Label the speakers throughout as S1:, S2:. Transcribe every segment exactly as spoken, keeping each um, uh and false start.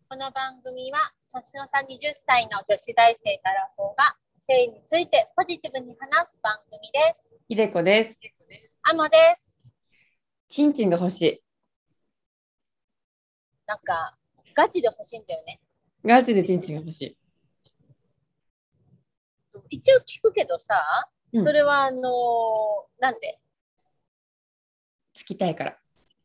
S1: この番組は年の差はたちの女子大生たらほが性についてポジティブに話す番組です。
S2: ひでこです。
S1: あもです。
S2: チンチンが欲しい。
S1: なんかガチで欲しいんだよね。
S2: ガチでチンチンが欲しい。
S1: 一応聞くけどさ、
S2: うん、
S1: それはあのなんで？
S2: つきたいから。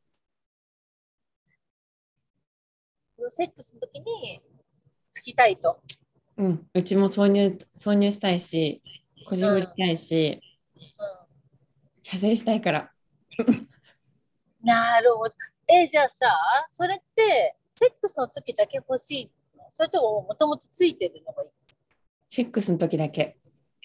S1: セックスの時につきたいと。
S2: うん、うちも挿入挿入したいし、こじ
S1: うん、
S2: 振りたいし、
S1: う
S2: 射精したいから。
S1: ん、なるほど。えじゃあさ、それってセックスの時だけ欲しいの？それとももともとついてるのがいい？
S2: セックスの時だけ。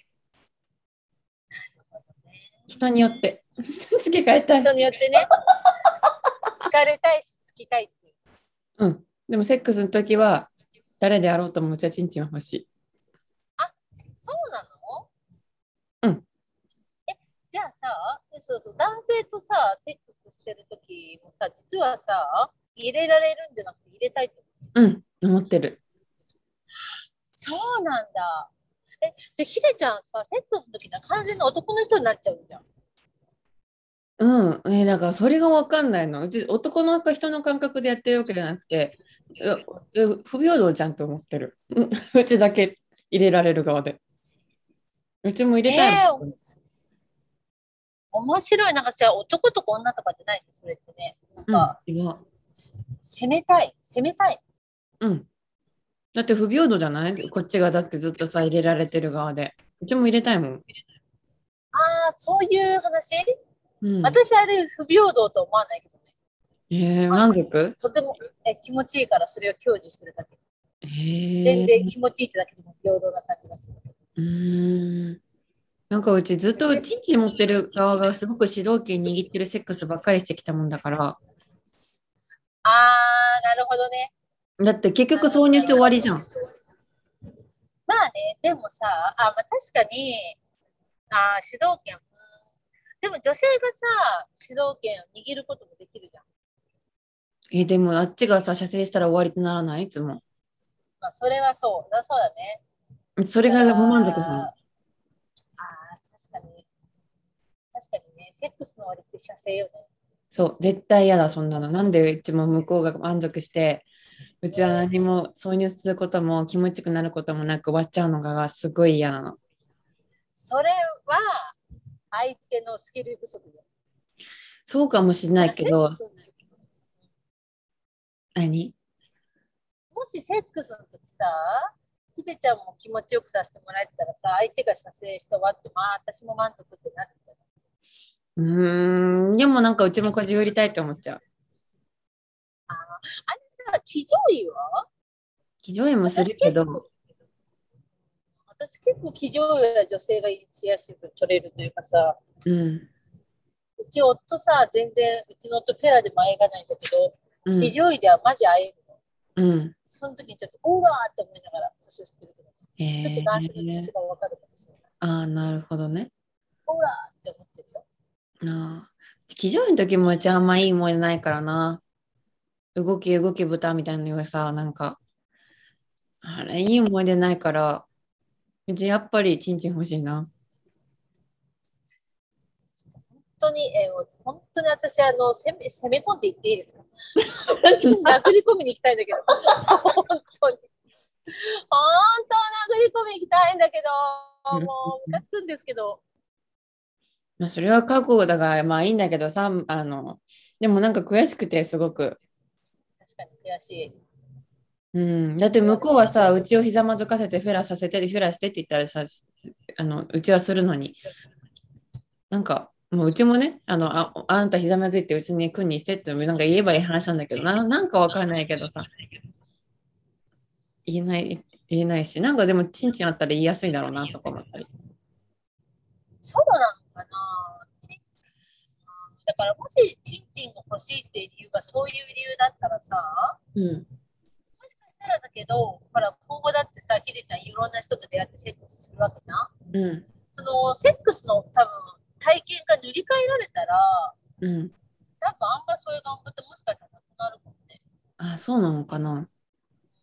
S2: 人によって付け替えたいし。
S1: 人によってね、疲れたいしつきたいっていう。
S2: うん。でもセックスの時は誰であろうともうちはチンチンは欲しい。
S1: あ、そうなの？
S2: うん。
S1: え、じゃあさ、そうそう、男性とさ、セックスしてる時もさ、実はさ、入れられるんじゃなくて入れたいって。
S2: うん、思ってる。
S1: そうなんだ。え、じゃあヒデちゃんさ、セックスの時には完全に男の人になっちゃうんじゃん。
S2: うん。えーだからそれが分かんないの。うち男の人の感覚でやってるわけじゃなくて、うう不平等じゃんと思ってる。うんうちだけ入れられる側で。うちも入れたいもん。
S1: えー、面白い。なんかさ、男とか女とかじゃないのそれってね。なん
S2: うん、
S1: か、
S2: 違う。
S1: 攻めたい。攻めたい。
S2: うん。だって不平等じゃないこっちがだってずっとさ、入れられてる側で。うちも入れたいもん。
S1: ああ、そういう話？
S2: うん。
S1: 私あれ不平等と思わないけどね。
S2: えー、
S1: あの、
S2: 満足。
S1: とてもえ気持ちいいからそれを享受してるだけ。
S2: え
S1: 全然
S2: ー、
S1: 気持ちいいってだけでも平等な感じがする。
S2: うーん。なんかうちずっとチンチン持ってる側がすごく主導権握ってるセックスばっかりしてきたもんだから、
S1: あー、なるほどね。
S2: だって結局
S1: なるほど、
S2: 挿入して終
S1: なるほど。
S2: わりじゃん。
S1: まあね、でもさ、あ、まあ確かに、あー、主導権。うん、でも女性がさ、主導権を握ることもできるじゃん。
S2: えーでもあっちがさ、射精したら終わりってならないいつも。
S1: まあそれはそう。だそうだね。
S2: それ
S1: だから、
S2: が不満足なの。
S1: あー、確かに。確かにね、セックスの終わりって射精よね。
S2: そう、絶対嫌だ、そんなの。なんでうちも向こうが満足して、うちは何も挿入することも気持ちよくなることもなく終わっちゃうのがすごい嫌なの。
S1: それは相手のスキル不足よ。
S2: そうかもしれな
S1: だからセッ
S2: いけど、
S1: クスの時、
S2: 何
S1: もしセックスの時さ、ひでちゃんも気持ちよくさせてもらえてたらさ、相手が射精して終わって、まあ私も満足ってなるんじゃない？
S2: うーん、でもなんかうちもこじ売りたいって思っちゃう。
S1: あの、あれさ、騎乗位は？
S2: 騎乗位もする
S1: 私結構、
S2: けど、
S1: 私結構騎乗位は女性がしやすく取れるというかさ、
S2: うん、
S1: うち夫さ、全然、うちの夫フェラでもあえがないんだけど、騎
S2: うん、
S1: 乗位ではマジあえるの。
S2: うん。
S1: その時にちょっと、うわーって思いながら年をしてるけど、ちょっと
S2: へ
S1: 男性の気持ち
S2: え、
S1: がわかるかもしれない。
S2: ああ、なるほどね。
S1: うわーって思ってるよ。
S2: ああ、騎乗位の時もうちあんまいい思い出ないからな。動き動き豚みたいなのがさ、なんか、あれいい思い出ないから、うちやっぱりチンチン欲しいな。
S1: 本当に、えー、本当に私、あの、攻め、攻め込んでいっていいですか？本当に殴り込みに行きたいんだけど。本当に。本当殴り込みに行きたいんだけど、
S2: うん
S1: もう、ムカつくんですけど。
S2: まあ、それは覚悟だから、まあいいんだけどさ、あの、でもなんか悔しくてすごく。
S1: 確かに悔しい。
S2: うん、だって向こうはさ、うちをひざまずかせてフェラさせて、フェラしてって言ったらさ、あの、うちはするのに、なんか、もううちもね、あの、あ、あんたひざまずいてうちに君にしてってなんか言えばいい話なんだけどな、なんかわかんないけどさ、言えない、言えないし、なんかでもチンチンあったら言いやすいんだろうなとか思ったり。
S1: そうなのかな？だから、もし、チンチンが欲しいっていう理由がそういう理由だったらさ、
S2: うん、
S1: もしかしたらだけど、ほら、今後だってさ、ヒデちゃんいろんな人と出会ってセックスするわけじゃん。
S2: うん、
S1: その、セックスの多分、体験が塗り替えられたら、
S2: うん。
S1: 多分あんまそういう願望ってもしかしたらなくなるかもね。
S2: あ、そうなのかな。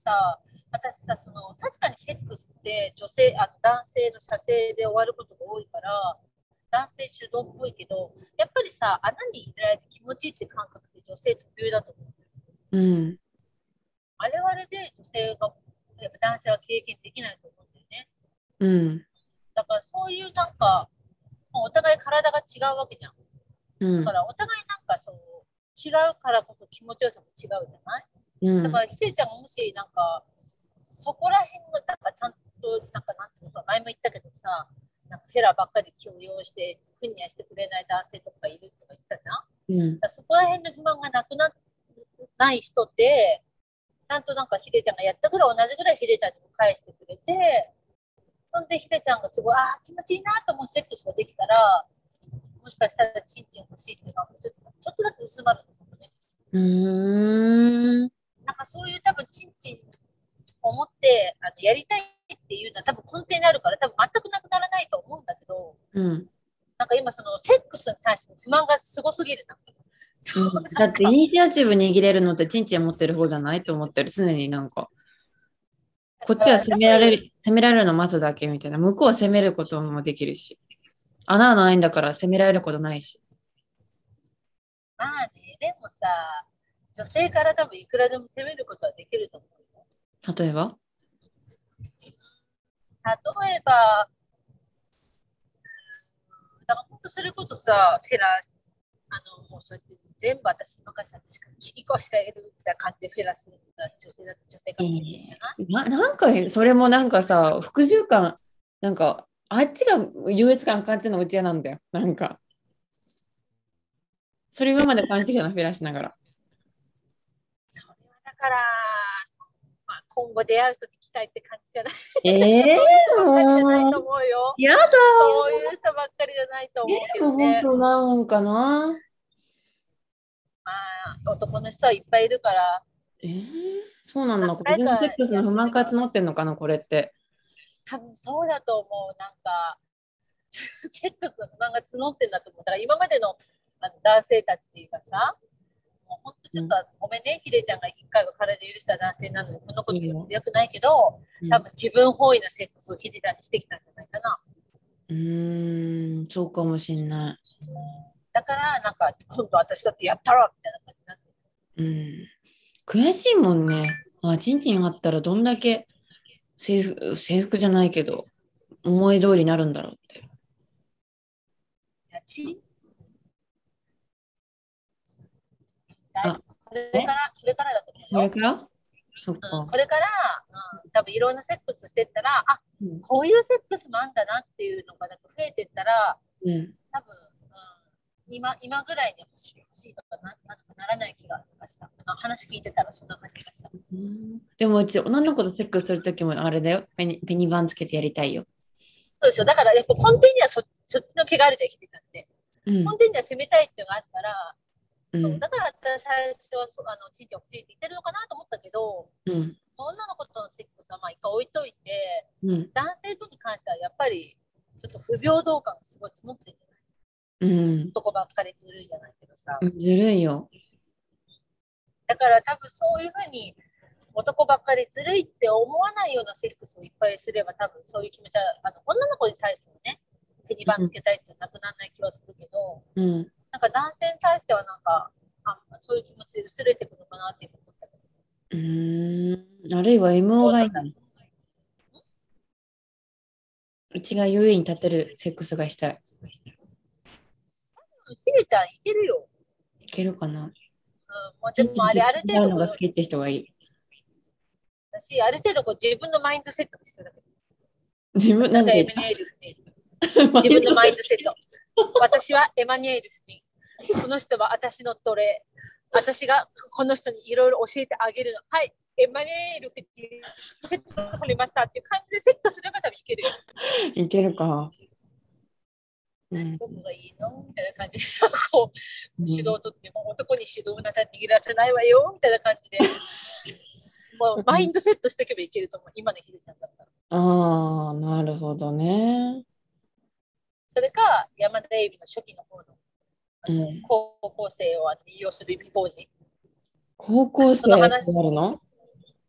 S1: さ、私さ、その確かにセックスって女性、あの男性の射精で終わることが多いから、男性主導っぽいけど、やっぱりさ、穴に入れられて気持ちいいって感覚って女性特有だと思う。
S2: うん。
S1: あれはあれで女性が、やっぱ男性は経験できないと思うんだよね。
S2: うん。
S1: だからそういうなんか、お互い体が違うわけじゃん。
S2: うん。
S1: だからお互いなんかそう、違うからこそ気持ちよさも違うじゃない。
S2: うん。
S1: だからひでちゃんがもしなんか、そこら辺のなんかちゃんと、なんかなんていうのか、前も言ったけどさ、なんかフェラばっかり強要して、ふにはしてくれない男性とかいるとか言ったじゃん。だか
S2: うん。
S1: らそこら辺の不満がなくなない人って、ちゃんとなんかヒデちゃんがやったぐらい同じぐらいヒデちゃんにも返してくれて、そんでヒデちゃんがすごい、ああ、気持ちいいなと思うセックスができたら、もしかしたらチンチン欲しいっていうのはちょっとちょっとだけ薄まると思うね。
S2: うーん。
S1: なんかそういう多分チンチン思ってあのやりたいっていうのは多分根底にあるから多分全くなくならないと思うんだけど、
S2: うん。
S1: なんか今そのセックスに対しての不満がすごすぎるな。そう、
S2: うん。だってイ
S1: なんか、
S2: ニシアチブ握れるのってチンチン持ってる方じゃないと思ってる。常になんか、こっちは攻
S1: だから多分、
S2: められる、攻められるの待つだけみたいな。向こうは攻めることもできるし。穴はないんだから攻められることないし。
S1: まあね、でもさ、女性から多分いくらでも責めることはできると思うよ。
S2: 例えば
S1: 例えば、だから本当それこそさ、フェラー、あの、もうそうやって全部私に任せた私が切り越してあげるみたいな感じでフェラーするのが女性だと女性が
S2: え
S1: 好きじゃない？
S2: ーな、なんか、それもなんかさ、服従感、なんか、あっちが優越感感じるのうち嫌なんだよ。なんか、それ今まで感じてきたの、フェラしながら。
S1: それはだから、まあ、今後出会う人に期待って感じじゃない。
S2: ええ
S1: そういう人ばっかりじゃないと
S2: もう、
S1: 思うよ。
S2: やだ。
S1: そういう人ばっかりじゃないと
S2: え
S1: 思うけ
S2: ー、もう本
S1: どね。
S2: 当なんかな。
S1: まあ、男の人はいっぱいいるから、
S2: えー、そうなんだ。
S1: 何回か
S2: 個人セックスの
S1: やっ
S2: 不満が
S1: てれば、
S2: 募ってんのかな、これって。
S1: 多分そうだと思う。なんか、チェックスの不満が募ってんだと思う。だから今までのあの男性たちがさ、もう本当ちょっと
S2: うん、
S1: ごめんね、ヒデちゃんが一回は体許した男性なので、このこと
S2: いいよ。
S1: よくないけど、
S2: うん、
S1: 多分自分本位なセックスをヒデちゃんにしてきたんじゃないかな。
S2: うーん、そうかもしんな
S1: だから、なんか、今度私だってやったらみたいな感じになってる。
S2: い。うん。悔しいもんね。あ、チンチンあったらどんだけ制服、制服じゃないけど、思い通りになるんだろうって。
S1: いやち
S2: あ、
S1: これ
S2: え
S1: から、これからだと思うよ。
S2: これからそっ
S1: うん、
S2: か。
S1: これから、うん、多分いろんなセックスしてったら、あ、
S2: うん。
S1: こういうセックスもあんだなっていうのがなんか増えてったら、
S2: うん。
S1: 多分、うん、今、今ぐらいに欲しい、欲しいとかな、なんかならない気がした。あの話聞いてたらそんな感じがした。
S2: うん、でもうち女の子とセックスするときもあれだよ。ペニ、ペニバンつけてやりたいよ。
S1: そうでしょ。だからやっぱ根底にはそ、そっちの毛があるで生きてたんで、
S2: うん。
S1: 根底には攻めたいっていうのがあったら、そう、
S2: うん。
S1: だから私最初はそあの、ちんちん欲しいって言ってるのかなと思ったけど、
S2: うん。
S1: 女の子とのセックスはまあ一回置いといて、
S2: うん。
S1: 男性とに関してはやっぱりちょっと不平等感がすごい募ってるじゃない。
S2: うん。
S1: 男ばっかりずるいじゃないけどさ。
S2: ずるいよ。
S1: だから多分そういうふうに男ばっかりずるいって思わないようなセックスをいっぱいすれば多分そういう気持ちはあの女の子に対してもね、手に番つけたいってなくならない気はするけど、
S2: うん。
S1: なんか男性に対してはなんかあそういう気持ちで薄れてくるのかなって思ったけど。
S2: うーん。あるいは エムオー
S1: どうなんだろ
S2: がいいの。うちが優位に立てるセックスがしたい。
S1: う。ひでちゃんいけるよ。
S2: いけるかな。
S1: うん、もうで
S2: ちんちんしっ
S1: もあれある
S2: かりある
S1: 程度こう
S2: のが好きって人がいい。
S1: 私ある程度こう自分のマインドセットが必要だけど、
S2: 自分、なん
S1: 私はエマ
S2: て言っ
S1: ニュエル夫人。
S2: たマイ
S1: 自分の
S2: ンドセッ
S1: マインドセット。私はエマニュエル夫人。この人は私の奴隷。私がこの人にいろいろ教えてあげるの。はい、エマニュエル夫人、セットされましたっていう感じでセットすれば多分いけるよ。
S2: トいけるか。う
S1: 何
S2: ん。
S1: どこがいいのみたいな感じでさ、こう、指導
S2: うん。
S1: を取っても男に指導なさ握らせないわよみたいな感じで、もうマインドセットしておけばいけると思う。今のひでちゃんだったら。
S2: ああ、なるほどね。
S1: それか、山田エイビの初期の方のあの
S2: うん。
S1: 高校生を利用するポーズ。
S2: 高校生って
S1: その話、
S2: なるの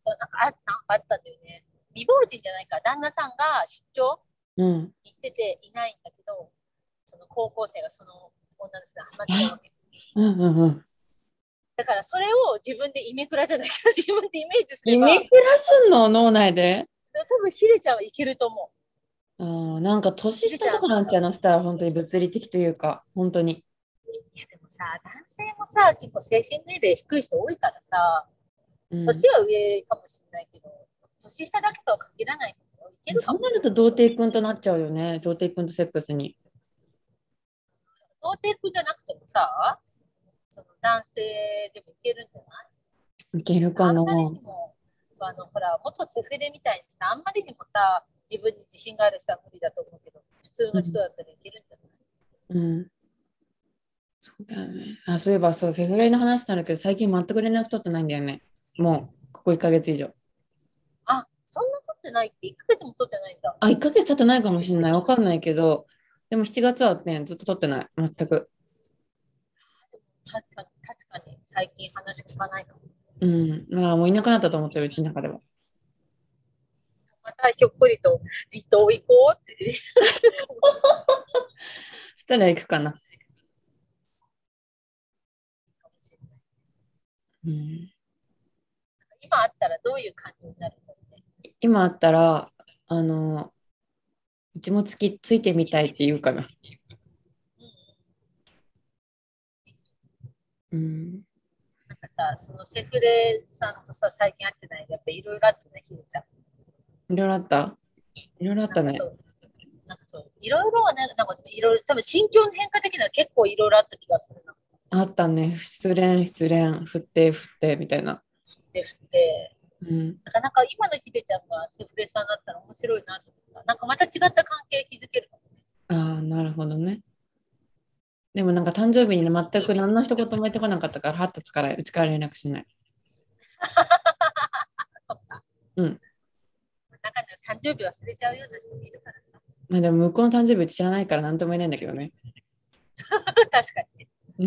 S1: なんかあ、なんかあったんだよね。未亡人じゃないか、旦那さんが出張
S2: うん
S1: 行ってていないんだけど、その高校生がその女の人にハマっちゃうわ
S2: あ
S1: け。
S2: うんうんうん。
S1: だからそれを自分でイメクラじゃないけど、自分でイメージすれば、
S2: イメクラすんの脳内で。
S1: 多分ヒデちゃんはいけると思う。
S2: あーなんか年下
S1: ヒデちゃん、
S2: とかなんちゃうのしたら本当に物理的というか、本当に。
S1: いやでもさ、男性もさ、結構精神年齢低い人多いからさ、
S2: うん。
S1: 年は上かもしれないけど、年下だけとは限らないけど、いけるかも。
S2: そうなると童貞君となっちゃうよね。童貞君とセックスに。
S1: 童貞君じゃなくてもさ、その男性でもいけるんじゃない？
S2: いけるかな。
S1: あんまりにも、そうあのほら、元セフレみたいにさ、あんまりにもさ、自分に自信がある人は無理だと思うけど、普通の人だったらいけるんじゃない？
S2: うん。そうだよね。あ、そういえばそう、セフレの話したんだけど、最近全く連絡取ってないんだよね。もう、ここいっかげつ以上。
S1: あ、そんな取ってないって、いっかげつも取ってないんだ。
S2: あ、いっかげつ経ってないかもしれない。わかんないけど、でもしちがつはね、ずっと取ってない。全く。
S1: 確かに、確かに、最近話聞かないかも。
S2: うん。まあ、もういなくなったと思ってる、うちの中では。
S1: またひょっこりと離島行こうって。
S2: そしたら行くかな。うん。
S1: 今あったらどういう感じになるんだろうね。
S2: 今あったら、あの、うちもつきついてみたいって言うかな。うん。
S1: なんかさ、そのセフレさんとさ、最近会ってないで、やっぱいろいろあってね、ひでちゃん。
S2: いろいろあったいろいろあったね。
S1: なんかそう、なんかそう、いろいろはね、なんかいろいろ、多分心境の変化的な結構いろいろあった気がするな。
S2: あったね。失恋、失恋、振って、振って、みたいな。
S1: で、振って、
S2: うん。
S1: なかなか今のひでちゃんがセフレさんだったら面白いなと思った。なんかまた違った関係築けるかもね。
S2: ああ、なるほどね。でもなんか誕生日にね、全く何の一言も言ってこなかったから、はっとつから、うちから連絡しない。
S1: そっか。
S2: うん。
S1: 中には誕生日忘れちゃうような人もいるからさ。
S2: まあでも向こうの誕生日うち知らないから何とも言えないんだけどね。
S1: 確かにね。
S2: うん。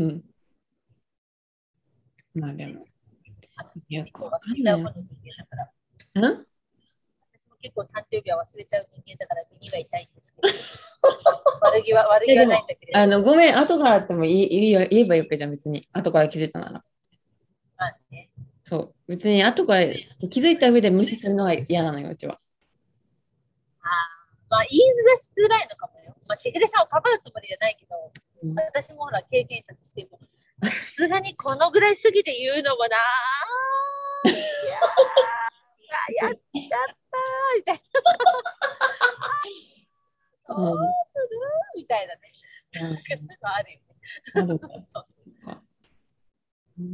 S2: まあでも、よく
S1: 結構忘
S2: わかんないよ。
S1: れちゃう方の人間だから。
S2: ん
S1: 私も結構誕生日は忘れちゃう人間だから耳が痛いんですけど。悪気は、悪気はないん
S2: えでも、
S1: だけれど。
S2: あの、ごめん、後からっても言い言い言えばよくじゃん、別に。後から気づいたなら。
S1: まあね。
S2: そう。別に後から気づいた上で無視するのは嫌なのよ、うちは。
S1: あまあ、言いづらいのかもよ。まあ、シェフレさんをかばうつもりじゃないけど、
S2: うん、
S1: 私もほら、経験者としても、さすがにこのぐらい過ぎて言うのもなー、いやー、やっちゃったー、みたいな。どう
S2: うん。
S1: するみたいなね。
S2: うん。
S1: なんかそういうのあるよね。
S2: ある
S1: そう。
S2: か。うん。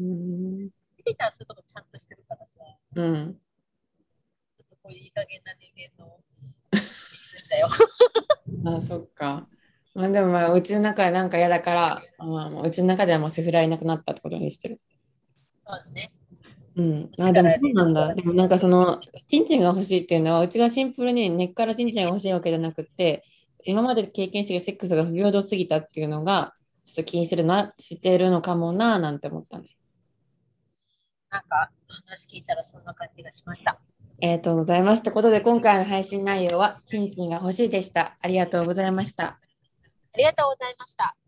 S1: 見てたらそういうとこちゃんとしてるからさ、ちょ
S2: うん。
S1: っとこういういい加減な人間のいるんだよ。
S2: あ、そっか。まあでもまあ、うちの中でなんか嫌だから、まあ、もううちの中ではもうセフラいなくなったってことにしてる。
S1: そうだね。
S2: うん。あ、でもそ
S1: 力で。
S2: うなんだ。でもなんかその、チンチンが欲しいっていうのは、うちがシンプルに根っからチンチンが欲しいわけじゃなくて、今まで経験してきたセックスが不平等すぎたっていうのが、ちょっと気にしてるな、してるのかもな、なんて思ったね。
S1: なんか話聞いたらそんな感じがしました。
S2: ありがとうございます。ってことで、今回の配信内容は、チンチンが欲しいでした。ありがとうございました。
S1: ありがとうございました。